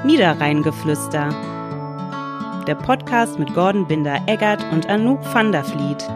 Niederrheingeflüster. Der Podcast mit Gordon Binder-Eggert und Anouk van der Vliet.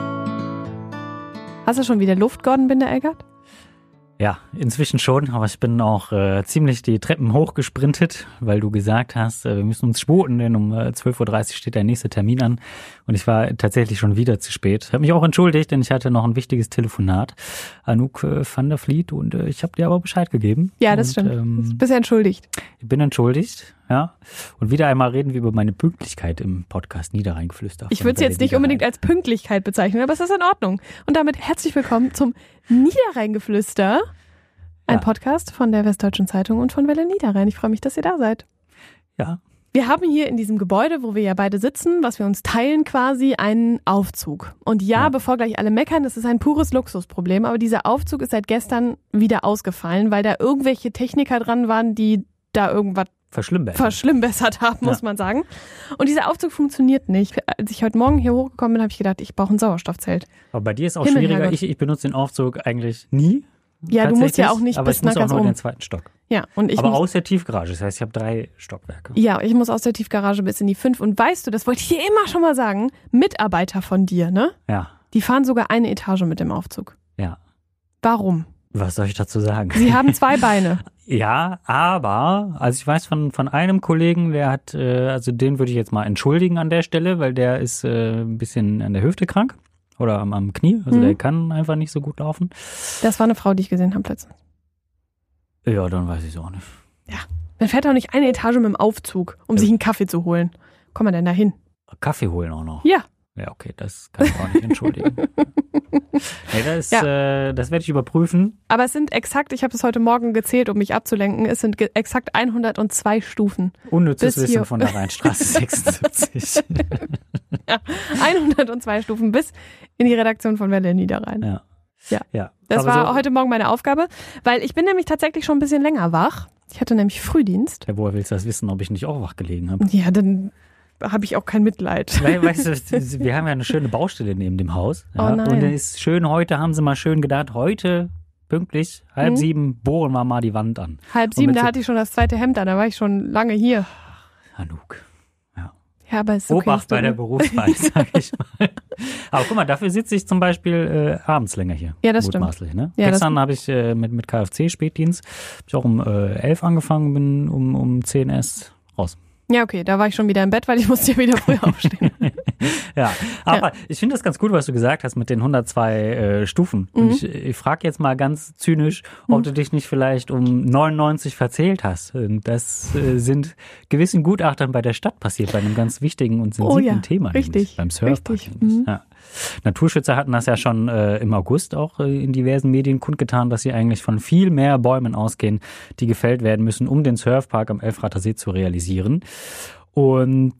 Hast du schon wieder Luft, Gordon Binder-Eggert? Ja, inzwischen schon, aber ich bin auch ziemlich die Treppen hochgesprintet, weil du gesagt hast, wir müssen uns sputen, denn um 12.30 Uhr steht der nächste Termin an und ich war tatsächlich schon wieder zu spät. Ich habe mich auch entschuldigt, denn ich hatte noch ein wichtiges Telefonat, Anouk van der Vliet, und ich habe dir aber Bescheid gegeben. Ja, das stimmt. Du bist ja entschuldigt. Ich bin entschuldigt, ja. Und wieder einmal reden wir über meine Pünktlichkeit im Podcast Niederrheingeflüster. Ich würde es jetzt nicht unbedingt als Pünktlichkeit bezeichnen, aber es ist in Ordnung. Und damit herzlich willkommen zum Niederrheingeflüster. Ein Podcast von der Westdeutschen Zeitung und von Welle Niederrhein. Ich freue mich, dass ihr da seid. Ja. Wir haben hier in diesem Gebäude, wo wir ja beide sitzen, was wir uns teilen quasi, einen Aufzug. Und ja, bevor gleich alle meckern, das ist ein pures Luxusproblem, aber dieser Aufzug ist seit gestern wieder ausgefallen, weil da irgendwelche Techniker dran waren, die da irgendwas verschlimmbessert haben, muss man sagen. Und dieser Aufzug funktioniert nicht. Als ich heute Morgen hier hochgekommen bin, habe ich gedacht, ich brauche ein Sauerstoffzelt. Aber bei dir ist auch schwieriger. Ich benutze den Aufzug eigentlich nie. Ja, du musst ja auch nicht bis nach ganz oben. Aber ich muss auch nur den zweiten Stock. Ja, und ich aber aus der Tiefgarage, das heißt, ich habe 3 Stockwerke. Ja, ich muss aus der Tiefgarage bis in die 5. Und weißt du, das wollte ich dir immer schon mal sagen, Mitarbeiter von dir, ne? Ja. Die fahren sogar eine Etage mit dem Aufzug. Ja. Warum? Was soll ich dazu sagen? Sie haben 2 Beine. Ja, aber, also ich weiß von einem Kollegen, der hat, also den würde ich jetzt mal entschuldigen an der Stelle, weil der ist ein bisschen an der Hüfte krank oder am Knie, also der kann einfach nicht so gut laufen. Das war eine Frau, die ich gesehen habe letztens. Ja, dann weiß ich es auch nicht. Ja, man fährt auch nicht eine Etage mit dem Aufzug, um sich einen Kaffee zu holen. Kommt man denn da hin? Kaffee holen auch noch? Ja. Ja, okay, das kann ich auch nicht entschuldigen. Nee, das werde ich überprüfen. Aber es sind exakt, ich habe es heute Morgen gezählt, um mich abzulenken, es sind exakt 102 Stufen. Unnützes Wissen von der Rheinstraße 76. Ja, 102 Stufen bis in die Redaktion von Welle Niederrhein. Ja. Das war so heute Morgen meine Aufgabe, weil ich bin nämlich tatsächlich schon ein bisschen länger wach. Ich hatte nämlich Frühdienst. Ja, woher willst du das wissen, ob ich nicht auch wach gelegen habe? Ja, dann habe ich auch kein Mitleid. Weißt du, wir haben ja eine schöne Baustelle neben dem Haus. Ja, oh nein. Und es ist schön, heute haben sie mal schön gedacht, heute pünktlich, 6:30 bohren wir mal die Wand an. 6:30, da hatte ich schon das zweite Hemd an, da war ich schon lange hier. Anouk. Ja, aber ist okay. Obacht bei der Berufswahl, sag ich mal. Aber guck mal, dafür sitze ich zum Beispiel abends länger hier. Ja, das stimmt. Ne? Ja, gestern habe ich mit KFC-Spätdienst, habe ich auch um 11 angefangen, bin um 10 erst raus. Ja, okay, da war ich schon wieder im Bett, weil ich musste ja wieder früh aufstehen. Ja, aber ich finde das ganz gut, was du gesagt hast mit den 102 Stufen. Und ich frage jetzt mal ganz zynisch, ob du dich nicht vielleicht um 99 verzählt hast. Das sind gewissen Gutachtern bei der Stadt passiert, bei einem ganz wichtigen und sensiblen Thema. Richtig. Beim Surfpark. Ja. Naturschützer hatten das ja schon im August auch in diversen Medien kundgetan, dass sie eigentlich von viel mehr Bäumen ausgehen, die gefällt werden müssen, um den Surfpark am Elfrather See zu realisieren. Und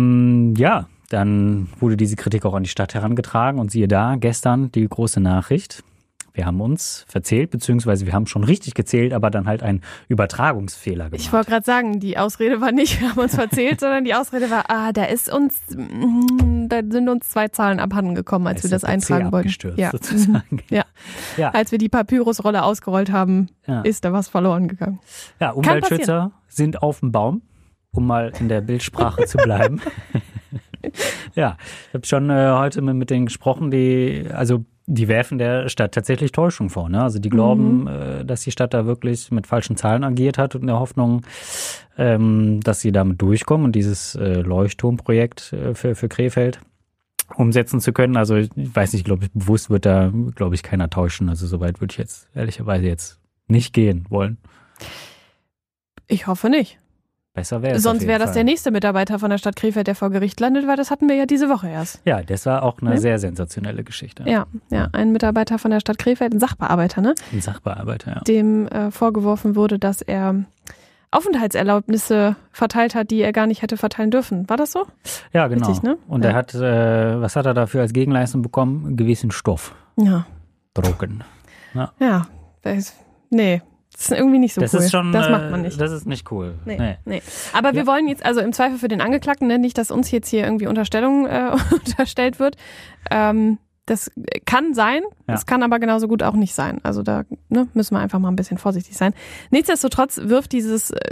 dann wurde diese Kritik auch an die Stadt herangetragen und siehe da, gestern die große Nachricht. Wir haben uns verzählt, beziehungsweise wir haben schon richtig gezählt, aber dann halt einen Übertragungsfehler gemacht. Ich wollte gerade sagen, die Ausrede war nicht, wir haben uns verzählt, sondern die Ausrede war, da sind uns 2 Zahlen abhanden gekommen, als wir das eintragen wollten. Sozusagen. Ja. Als wir die Papyrusrolle ausgerollt haben, ist da was verloren gegangen. Ja, Umweltschützer sind auf dem Baum, um mal in der Bildsprache zu bleiben. Ja, ich habe schon heute mit denen gesprochen, die werfen der Stadt tatsächlich Täuschung vor. Ne? Also die glauben, dass die Stadt da wirklich mit falschen Zahlen agiert hat und in der Hoffnung, dass sie damit durchkommen und dieses Leuchtturmprojekt für Krefeld umsetzen zu können. Also ich weiß nicht, glaube ich, bewusst wird da, glaube ich, keiner täuschen. Also soweit würde ich jetzt ehrlicherweise jetzt nicht gehen wollen. Ich hoffe nicht. Besser wäre es. Sonst wäre das der nächste Mitarbeiter von der Stadt Krefeld, der vor Gericht landet, weil das hatten wir ja diese Woche erst. Ja, das war auch eine sehr sensationelle Geschichte. Ja, ein Mitarbeiter von der Stadt Krefeld, ein Sachbearbeiter, ne? Ein Sachbearbeiter, ja. Dem vorgeworfen wurde, dass er Aufenthaltserlaubnisse verteilt hat, die er gar nicht hätte verteilen dürfen. War das so? Ja, genau. Richtig, ne? Und er hat, was hat er dafür als Gegenleistung bekommen? Gewissen Stoff. Ja. Drogen. Ja, nee. Das ist irgendwie nicht so das cool. Ist schon, das macht man nicht. Das ist nicht cool. Nee. Aber wir wollen jetzt, also im Zweifel für den Angeklagten, ne, nicht, dass uns jetzt hier irgendwie Unterstellung unterstellt wird. Das kann sein, das kann aber genauso gut auch nicht sein. Also da müssen wir einfach mal ein bisschen vorsichtig sein. Nichtsdestotrotz wirft dieses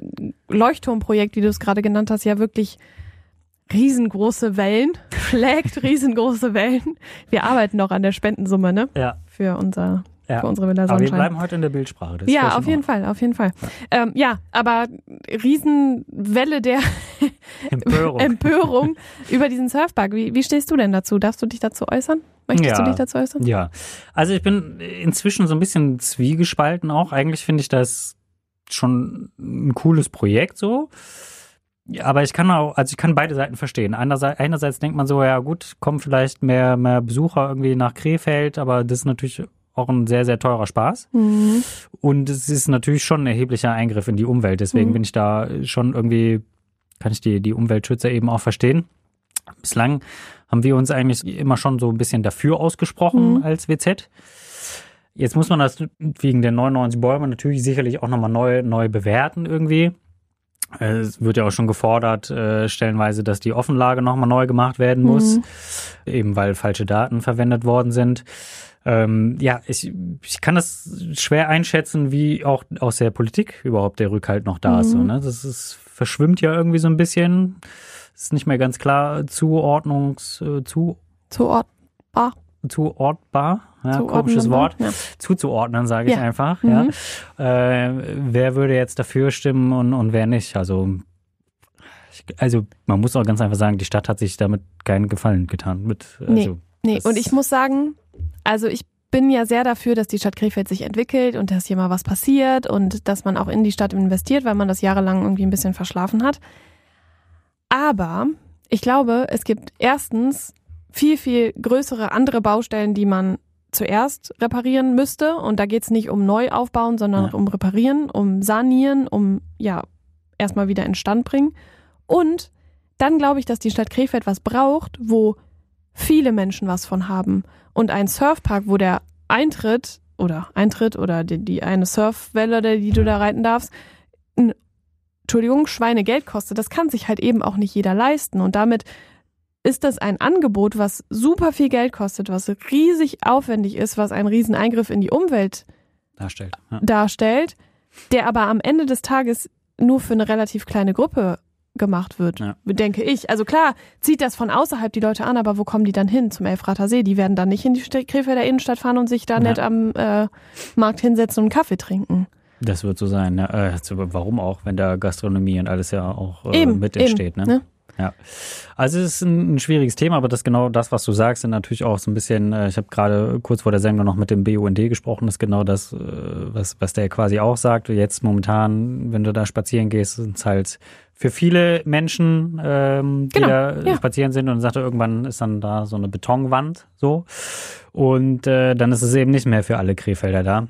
Leuchtturmprojekt, wie du es gerade genannt hast, ja wirklich riesengroße Wellen, schlägt riesengroße Wellen. Wir arbeiten noch an der Spendensumme, ne? Ja. Für unsere Villa Sonnenschein. Aber wir bleiben heute in der Bildsprache. Das ja, auf jeden Fall. Ja, aber Riesenwelle der Empörung über diesen Surfpark. Wie stehst du denn dazu? Darfst du dich dazu äußern? Möchtest du dich dazu äußern? Ja, also ich bin inzwischen so ein bisschen zwiegespalten auch. Eigentlich finde ich das schon ein cooles Projekt so. Aber ich kann beide Seiten verstehen. Einerseits denkt man so, ja gut, kommen vielleicht mehr Besucher irgendwie nach Krefeld, aber das ist natürlich auch ein sehr, sehr teurer Spaß. Mhm. Und es ist natürlich schon ein erheblicher Eingriff in die Umwelt. Deswegen bin ich da schon irgendwie, kann ich die Umweltschützer eben auch verstehen. Bislang haben wir uns eigentlich immer schon so ein bisschen dafür ausgesprochen als WZ. Jetzt muss man das wegen der 99 Bäume natürlich sicherlich auch nochmal neu bewerten irgendwie. Es wird ja auch schon gefordert, stellenweise, dass die Offenlage nochmal neu gemacht werden muss, eben weil falsche Daten verwendet worden sind. Ich kann das schwer einschätzen, wie auch aus der Politik überhaupt der Rückhalt noch da ist. So, ne? Verschwimmt ja irgendwie so ein bisschen. Es ist nicht mehr ganz klar zuortbar. Ja, komisches Wort. Ja. Zuzuordnen, sage ich einfach. Ja. Wer würde jetzt dafür stimmen und wer nicht? Also man muss auch ganz einfach sagen, die Stadt hat sich damit keinen Gefallen getan. Nee, und ich muss sagen, also ich bin ja sehr dafür, dass die Stadt Krefeld sich entwickelt und dass hier mal was passiert und dass man auch in die Stadt investiert, weil man das jahrelang irgendwie ein bisschen verschlafen hat. Aber ich glaube, es gibt erstens viel, viel größere andere Baustellen, die man zuerst reparieren müsste. Und da geht es nicht um neu aufbauen, sondern um reparieren, um sanieren, um erstmal wieder in Stand bringen. Und dann glaube ich, dass die Stadt Krefeld was braucht, wo viele Menschen was von haben. Und ein Surfpark, wo der Eintritt oder die eine Surfwelle, die du da reiten darfst, Schweinegeld kostet, das kann sich halt eben auch nicht jeder leisten. Und damit ist das ein Angebot, was super viel Geld kostet, was riesig aufwendig ist, was einen riesen Eingriff in die Umwelt darstellt, der aber am Ende des Tages nur für eine relativ kleine Gruppe gemacht wird, denke ich. Also klar, zieht das von außerhalb die Leute an, aber wo kommen die dann hin? Zum Elfrather See? Die werden dann nicht in die Krefelder Innenstadt fahren und sich da nett am Markt hinsetzen und einen Kaffee trinken. Das wird so sein. Ja. Warum auch, wenn da Gastronomie und alles ja auch mit entsteht. Ne? Ja, also es ist ein schwieriges Thema, aber das genau das, was du sagst, sind natürlich auch so ein bisschen, ich habe gerade kurz vor der Sendung noch mit dem BUND gesprochen, ist genau das, was der quasi auch sagt. Jetzt momentan, wenn du da spazieren gehst, sind es halt für viele Menschen, die da spazieren sind und sagte, irgendwann ist dann da so eine Betonwand so und dann ist es eben nicht mehr für alle Krefelder da.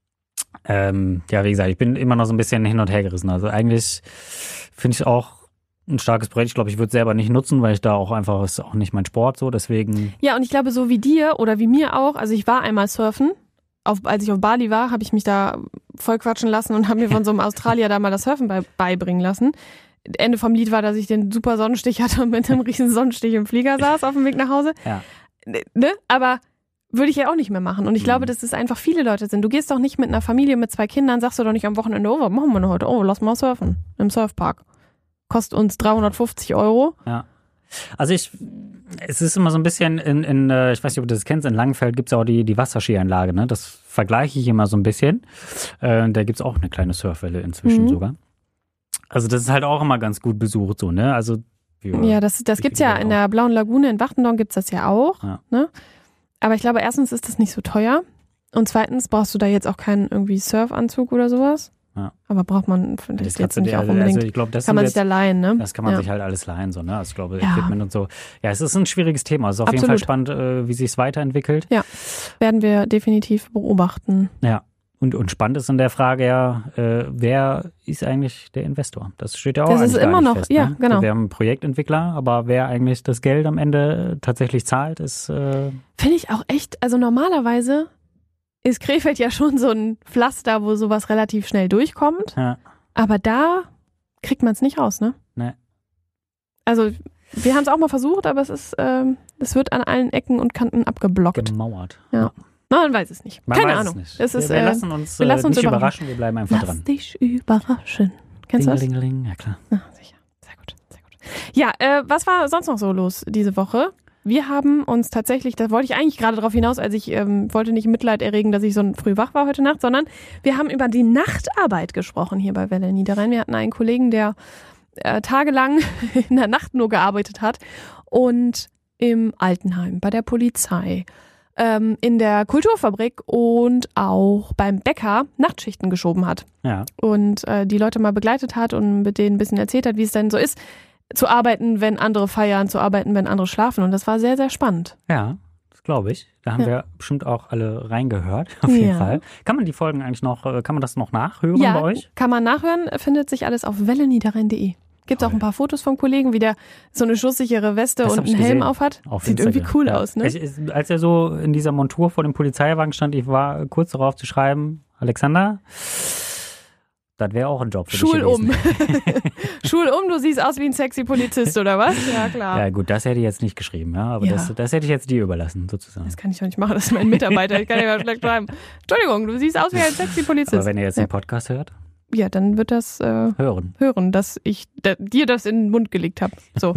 Wie gesagt, ich bin immer noch so ein bisschen hin und her gerissen. Also eigentlich finde ich auch ein starkes Projekt. Ich glaube, ich würde es selber nicht nutzen, weil ich da auch einfach, ist auch nicht mein Sport so, deswegen. Ja, und ich glaube, so wie dir oder wie mir auch, also ich war einmal surfen, als ich auf Bali war, habe ich mich da voll quatschen lassen und habe mir von so einem Australier da mal das Surfen beibringen lassen. Ende vom Lied war, dass ich den super Sonnenstich hatte und mit einem riesen Sonnenstich im Flieger saß auf dem Weg nach Hause. Ja. Ne? Aber würde ich ja auch nicht mehr machen. Und ich glaube, dass es einfach viele Leute sind. Du gehst doch nicht mit einer Familie mit 2 Kindern, sagst du doch nicht am Wochenende, was machen wir denn heute? Lass mal surfen im Surfpark. Kostet uns 350 €. Ja. Also es ist immer so ein bisschen ich weiß nicht, ob du das kennst, in Langenfeld gibt es auch die Wasserskianlage, ne? Das vergleiche ich immer so ein bisschen. Da gibt es auch eine kleine Surfwelle inzwischen sogar. Also das ist halt auch immer ganz gut besucht, so, ne? Also das gibt's ja in der Blauen Lagune in Wachtendorf gibt's das ja auch, ne? Aber ich glaube, erstens ist das nicht so teuer und zweitens brauchst du da jetzt auch keinen irgendwie Surfanzug oder sowas. Ja. Aber braucht man vielleicht jetzt nicht auch unbedingt. Also ich glaub, kann man sich da leihen, ne? Das kann man sich halt alles leihen, so, ne? Also ich glaube, Equipment und so. Ja, es ist ein schwieriges Thema. Es ist auf jeden Fall spannend, wie sich es weiterentwickelt. Ja, werden wir definitiv beobachten. Ja, und spannend ist in der Frage wer ist eigentlich der Investor? Das steht ja auch das ist immer noch fest, ne? Genau. Also wir haben einen Projektentwickler, aber wer eigentlich das Geld am Ende tatsächlich zahlt, ist finde ich auch echt, also normalerweise ist Krefeld ja schon so ein Pflaster, wo sowas relativ schnell durchkommt. Ja. Aber da kriegt man es nicht raus, ne? Nee. Also wir haben es auch mal versucht, aber es wird an allen Ecken und Kanten abgeblockt. Gemauert. Ja. Man weiß es nicht. Keine Ahnung. Wir lassen uns nicht überraschen, wir bleiben einfach dran. Lass dich überraschen. Kennst du das? Dingelingeling, ja klar. Ah, sicher. Sehr gut, sehr gut. Ja, was war sonst noch so los diese Woche? Wir haben uns tatsächlich, da wollte ich eigentlich gerade drauf hinaus, als ich wollte nicht Mitleid erregen, dass ich so früh wach war heute Nacht, sondern wir haben über die Nachtarbeit gesprochen hier bei Welle Niederrhein. Wir hatten einen Kollegen, der tagelang in der Nacht nur gearbeitet hat und im Altenheim, bei der Polizei, in der Kulturfabrik und auch beim Bäcker Nachtschichten geschoben hat. Ja. Und die Leute mal begleitet hat und mit denen ein bisschen erzählt hat, wie es denn so ist, zu arbeiten, wenn andere feiern, zu arbeiten, wenn andere schlafen. Und das war sehr, sehr spannend. Ja, das glaube ich. Da haben wir bestimmt auch alle reingehört, auf jeden Fall. Kann man die Folgen eigentlich noch, kann man das noch nachhören bei euch? Kann man nachhören, findet sich alles auf welleniederrhein.de. Gibt auch ein paar Fotos vom Kollegen, wie der so eine schusssichere Weste und einen Helm aufhat. Sieht irgendwie cool aus, ne? Als er so in dieser Montur vor dem Polizeiwagen stand, ich war kurz darauf zu schreiben, Alexander, das wäre auch ein Job für dich gewesen. Schul du siehst aus wie ein sexy Polizist, oder was? Ja, klar. Ja gut, das hätte ich jetzt nicht geschrieben, ja, aber das hätte ich jetzt dir überlassen, sozusagen. Das kann ich doch nicht machen, das ist mein Mitarbeiter, ich kann ja schlecht schreiben. Entschuldigung, du siehst aus wie ein sexy Polizist. Aber wenn ihr jetzt den Podcast hört? Ja, dann wird das hören, dass ich dir das in den Mund gelegt habe. So.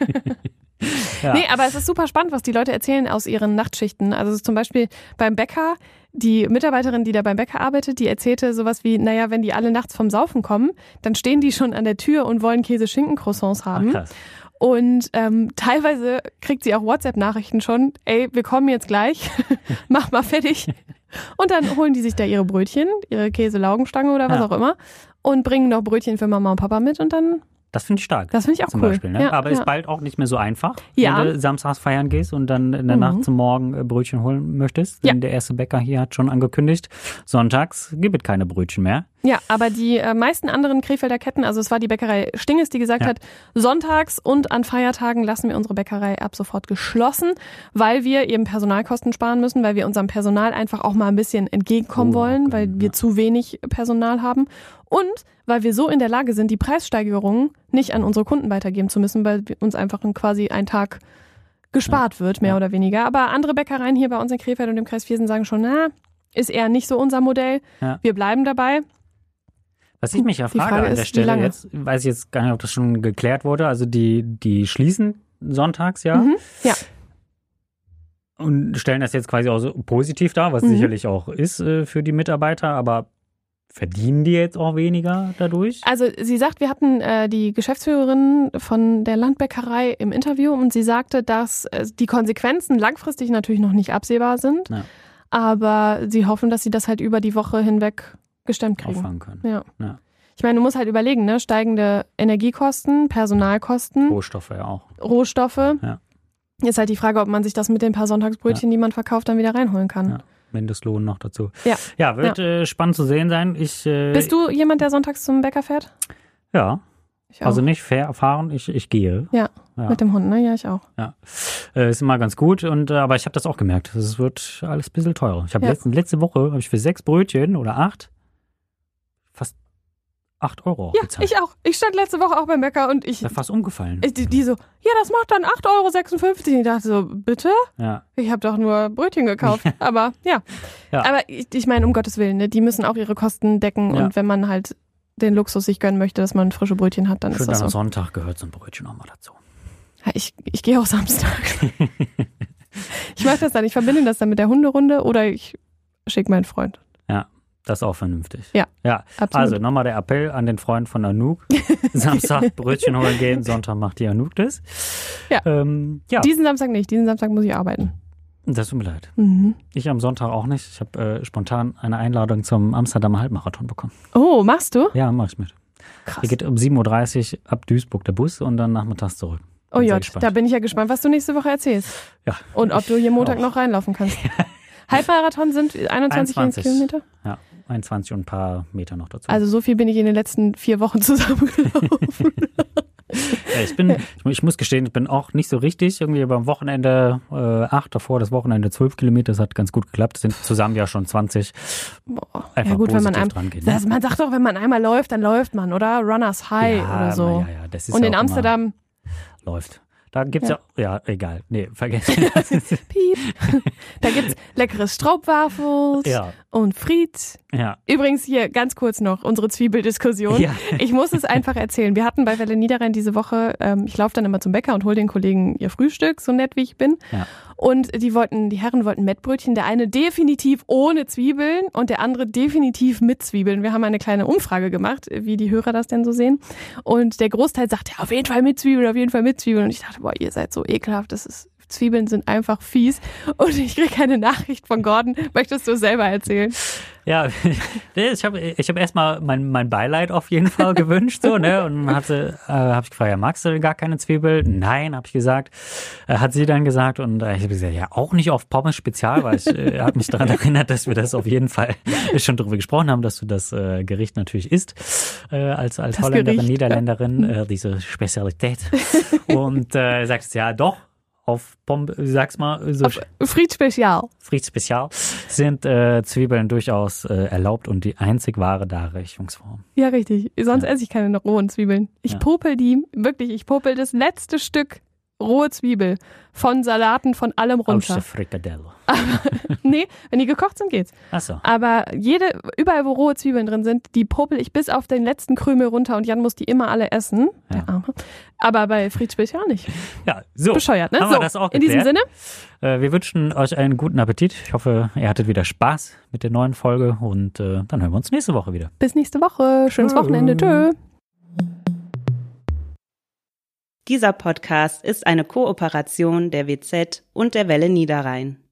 Ja. Nee, aber es ist super spannend, was die Leute erzählen aus ihren Nachtschichten. Also zum Beispiel beim Bäcker, die Mitarbeiterin, die da beim Bäcker arbeitet, die erzählte sowas wie, naja, wenn die alle nachts vom Saufen kommen, dann stehen die schon an der Tür und wollen Käse-Schinken-Croissants haben. Ach, krass. Und teilweise kriegt sie auch WhatsApp-Nachrichten schon, ey, wir kommen jetzt gleich, mach mal fertig. Und dann holen die sich da ihre Brötchen, ihre Käse-Laugenstange oder was auch immer und bringen noch Brötchen für Mama und Papa mit und dann... Das finde ich stark. Das finde ich auch zum cool. Beispiel, ne? Ja, aber ist bald auch nicht mehr so einfach, wenn du samstags feiern gehst und dann in der Nacht zum Morgen Brötchen holen möchtest. Denn der erste Bäcker hier hat schon angekündigt, sonntags gibt es keine Brötchen mehr. Ja, aber die meisten anderen Krefelder Ketten, also es war die Bäckerei Stinges, die gesagt hat, sonntags und an Feiertagen lassen wir unsere Bäckerei ab sofort geschlossen, weil wir eben Personalkosten sparen müssen, weil wir unserem Personal einfach auch mal ein bisschen entgegenkommen wollen, weil wir zu wenig Personal haben und weil wir so in der Lage sind, die Preissteigerungen nicht an unsere Kunden weitergeben zu müssen, weil uns einfach quasi ein Tag gespart wird, mehr oder weniger. Aber andere Bäckereien hier bei uns in Krefeld und im Kreis Viersen sagen schon, ist eher nicht so unser Modell. Ja. Wir bleiben dabei. Was ich mich ja frage an der Stelle, jetzt weiß ich jetzt gar nicht, ob das schon geklärt wurde, also die schließen sonntags, ja. Ja. Und stellen das jetzt quasi auch so positiv dar, was sicherlich auch ist für die Mitarbeiter, aber verdienen die jetzt auch weniger dadurch? Also sie sagt, wir hatten die Geschäftsführerin von der Landbäckerei im Interview und sie sagte, dass die Konsequenzen langfristig natürlich noch nicht absehbar sind, aber sie hoffen, dass sie das halt über die Woche hinweg gestemmt kriegen. Auffangen können. Ja. Ich meine, du musst halt überlegen, ne? Steigende Energiekosten, Personalkosten. Rohstoffe ja auch. Rohstoffe. Ja. Ist halt die Frage, ob man sich das mit den paar Sonntagsbrötchen, die man verkauft, dann wieder reinholen kann. Ja. Mindestlohn noch dazu. Ja, wird spannend zu sehen sein. Bist du jemand, der sonntags zum Bäcker fährt? Ja. Also nicht fahren, ich gehe. Ja, mit dem Hund, ne? Ja, ich auch. Ja, ist immer ganz gut. Aber ich habe das auch gemerkt. Es wird alles ein bisschen teurer. Ich habe letzte Woche habe ich für 6 Brötchen oder 8 fast 8 Euro bezahlt. Ich auch. Ich stand letzte Woche auch beim Bäcker und ich... Wäre fast umgefallen. Die so, ja, das macht dann 8,56 Euro. Ich dachte so, bitte? Ja. Ich habe doch nur Brötchen gekauft. Aber ja. Aber ich meine, um Gottes Willen, ne, die müssen auch ihre Kosten decken. Und wenn man halt den Luxus sich gönnen möchte, dass man frische Brötchen hat, dann ist das so. Am Sonntag gehört so ein Brötchen auch mal dazu. Ja, ich gehe auch Samstag. Ich mache das dann. Ich verbinde das dann mit der Hunderunde oder ich schicke meinen Freund. Ja. Das ist auch vernünftig. Ja, absolut. Also nochmal der Appell an den Freund von Anouk. Samstag Brötchen holen gehen, Sonntag macht die Anouk das. Ja. Diesen Samstag nicht. Diesen Samstag muss ich arbeiten. Das tut mir leid. Ich am Sonntag auch nicht. Ich habe spontan eine Einladung zum Amsterdamer Halbmarathon bekommen. Oh, machst du? Ja, mach ich mit. Krass. Hier geht um 7.30 Uhr ab Duisburg der Bus und dann nachmittags zurück. Oh Jott, da bin ich ja gespannt, was du nächste Woche erzählst. Ja. Und ob du hier Montag noch reinlaufen kannst. Halbmarathon sind 21 Kilometer? Ja, 21 und ein paar Meter noch dazu. Also so viel bin ich in den letzten 4 Wochen zusammengelaufen. Ich muss gestehen, ich bin auch nicht so richtig. Irgendwie beim Wochenende 8, davor das Wochenende 12 Kilometer. Das hat ganz gut geklappt. Das sind zusammen ja schon 20. Boah. Ja gut, wenn man dran geht. Ne? Man sagt doch, wenn man einmal läuft, dann läuft man, oder? Runners High oder so. Ja, das ist und in Amsterdam läuft. Da gibt's egal. Nee, vergessen. Piep. Da gibt's leckeres Stroopwafels und Friet. Ja. Übrigens hier ganz kurz noch unsere Zwiebeldiskussion. Ja. Ich muss es einfach erzählen. Wir hatten bei Welle Niederrhein diese Woche, ich laufe dann immer zum Bäcker und hole den Kollegen ihr Frühstück, so nett wie ich bin. Ja. Und die Herren wollten Mettbrötchen, der eine definitiv ohne Zwiebeln und der andere definitiv mit Zwiebeln. Wir haben eine kleine Umfrage gemacht, wie die Hörer das denn so sehen. Und der Großteil sagt, ja, auf jeden Fall mit Zwiebeln, auf jeden Fall mit Zwiebeln. Und ich dachte, boah, ihr seid so ekelhaft, Zwiebeln sind einfach fies. Und ich kriege keine Nachricht von Gordon. Möchtest du es selber erzählen? Ja, ich hab erstmal mein Beileid auf jeden Fall gewünscht, so, ne? Und dann hab ich gefragt, ja, magst du gar keine Zwiebel? Nein, habe ich gesagt. Hat sie dann gesagt und ich habe gesagt, ja, auch nicht auf Pommes Spezial, weil ich habe mich daran erinnert, dass wir das auf jeden Fall schon darüber gesprochen haben, dass du das Gericht natürlich isst, als Holländerin, Gericht, Niederländerin, diese Spezialität. Und sagst, ja, doch. Auf Pommes, sag's mal. So Fried Spezial. Fried Spezial sind Zwiebeln durchaus erlaubt und die einzig wahre Darreichungsform. Ja, richtig. Sonst esse ich keine rohen Zwiebeln. Ich popel das letzte Stück rohe Zwiebel von Salaten, von allem runter. Aus der Frikadelle. Nee, wenn die gekocht sind, geht's. Ach so. Aber überall, wo rohe Zwiebeln drin sind, die popel ich bis auf den letzten Krümel runter und Jan muss die immer alle essen. Ja. Der Arme. Aber bei Fried Spezial nicht. Ja, so. Bescheuert, ne? Haben wir das auch in diesem Sinne. Wir wünschen euch einen guten Appetit. Ich hoffe, ihr hattet wieder Spaß mit der neuen Folge und dann hören wir uns nächste Woche wieder. Bis nächste Woche. Schönes Wochenende. Tschö. Dieser Podcast ist eine Kooperation der WZ und der Welle Niederrhein.